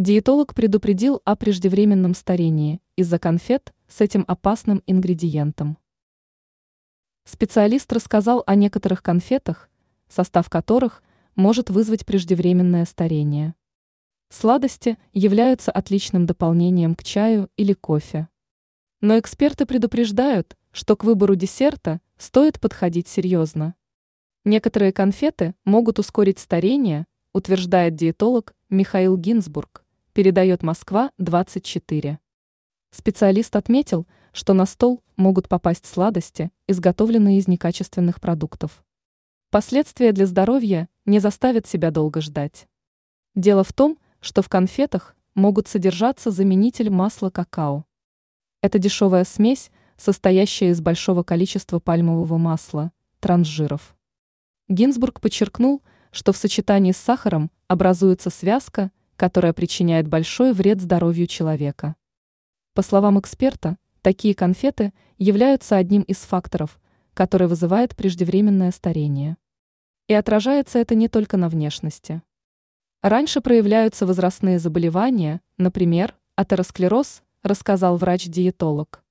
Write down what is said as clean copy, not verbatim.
Диетолог предупредил о преждевременном старении из-за конфет с этим опасным ингредиентом. Специалист рассказал о некоторых конфетах, состав которых может вызвать преждевременное старение. Сладости являются отличным дополнением к чаю или кофе. Но эксперты предупреждают, что к выбору десерта стоит подходить серьезно. Некоторые конфеты могут ускорить старение, утверждает диетолог Михаил Гинзбург, передает Москва-24. Специалист отметил, что на стол могут попасть сладости, изготовленные из некачественных продуктов. Последствия для здоровья не заставят себя долго ждать. Дело в том, что в конфетах могут содержаться заменитель масла какао. Это дешевая смесь, состоящая из большого количества пальмового масла, трансжиров. Гинзбург подчеркнул, что в сочетании с сахаром образуется связка, которая причиняет большой вред здоровью человека. По словам эксперта, такие конфеты являются одним из факторов, который вызывает преждевременное старение. И отражается это не только на внешности. Раньше проявляются возрастные заболевания, например, атеросклероз, рассказал врач-диетолог.